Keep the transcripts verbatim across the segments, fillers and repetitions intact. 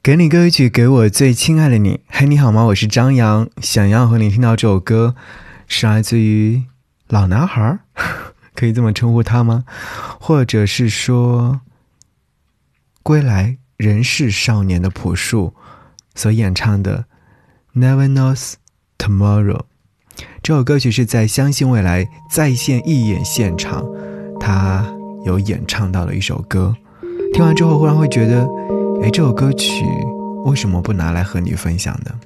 给你歌曲，给我最亲爱的你。嘿，你好吗？我是张扬，想要和你听到这首歌是来自于老男孩可以这么称呼他吗？或者是说归来仍是少年的朴树所演唱的 Never Knows Tomorrow。 这首歌曲是在相信未来在线义演现场他有演唱到的一首歌，听完之后忽然会觉得，诶，这首歌曲为什么不拿来和你分享呢？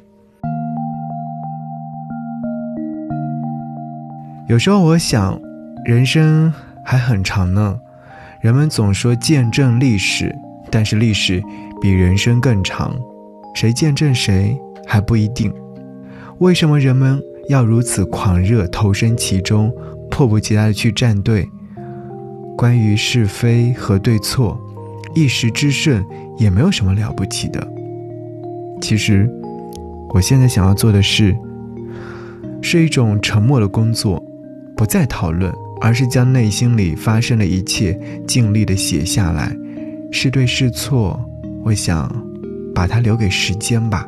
有时候我想，人生还很长呢。人们总说见证历史，但是历史比人生更长，谁见证谁还不一定。为什么人们要如此狂热，投身其中，迫不及待地去站队？关于是非和对错，一时之胜也没有什么了不起的。其实我现在想要做的事是一种沉默的工作，不再讨论，而是将内心里发生的一切尽力地写下来。是对是错，我想把它留给时间吧。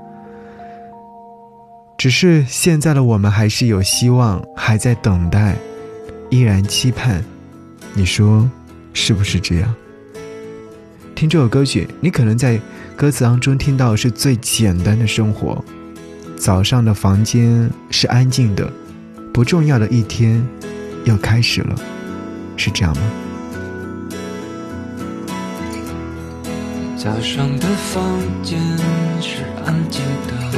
只是现在的我们还是有希望，还在等待，依然期盼。你说是不是这样？听这首歌曲，你可能在歌词当中听到的是最简单的生活。早上的房间是安静的，不重要的一天又开始了，是这样吗？ 早上的房间是安静的，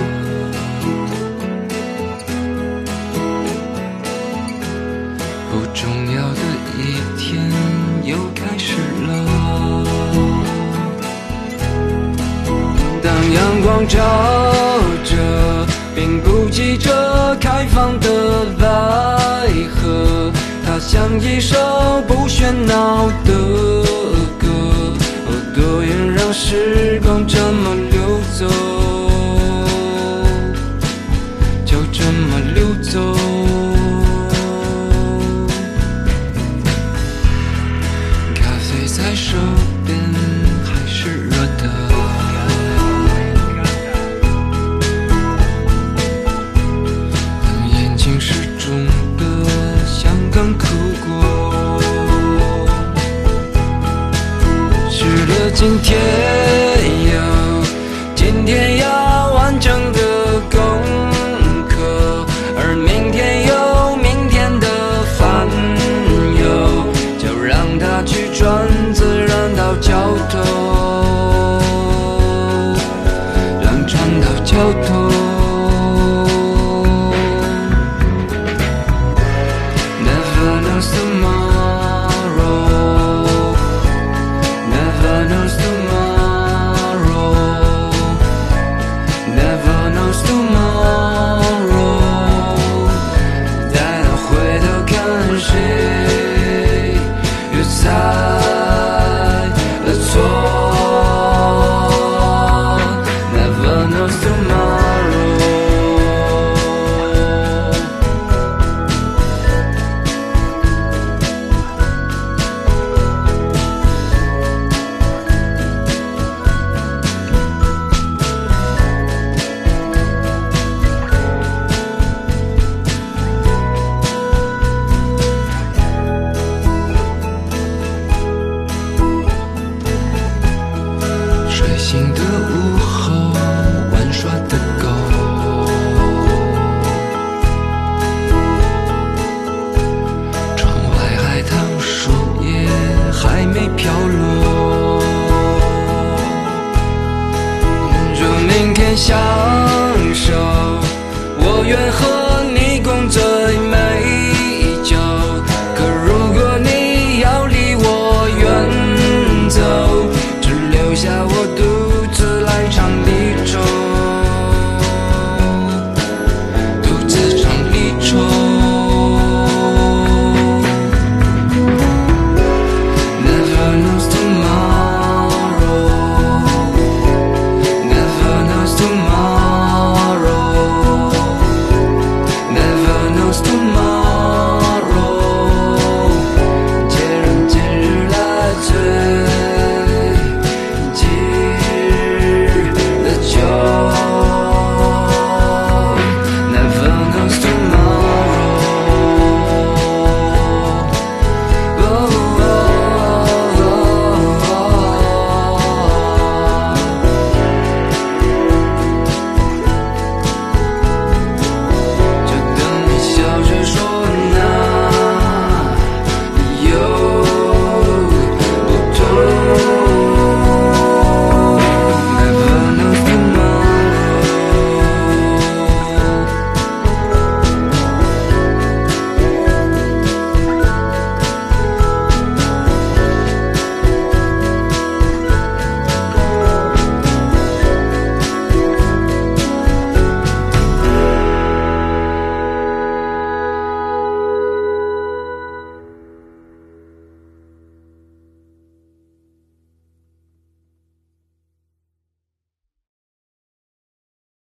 不重要的一天又开始了。当阳光照着并不急着开放的百合，它像一首不喧闹的歌，哦，多愿让时光这么流走，就这么流走。咖啡在手边还是热的，眼睛始终的像刚哭过。是了今天有今天要完成的功课，而明天有明天的烦忧，就让它去转，自然到桥头，让船到桥头。Never knows tomorrow, never knows tomorrow, never knows tomorrow。 待到回头看谁又猜了错。 Never knows tomorrow。 睡醒的午后，玩耍的狗，窗外海棠树叶还没飘落，祝明天下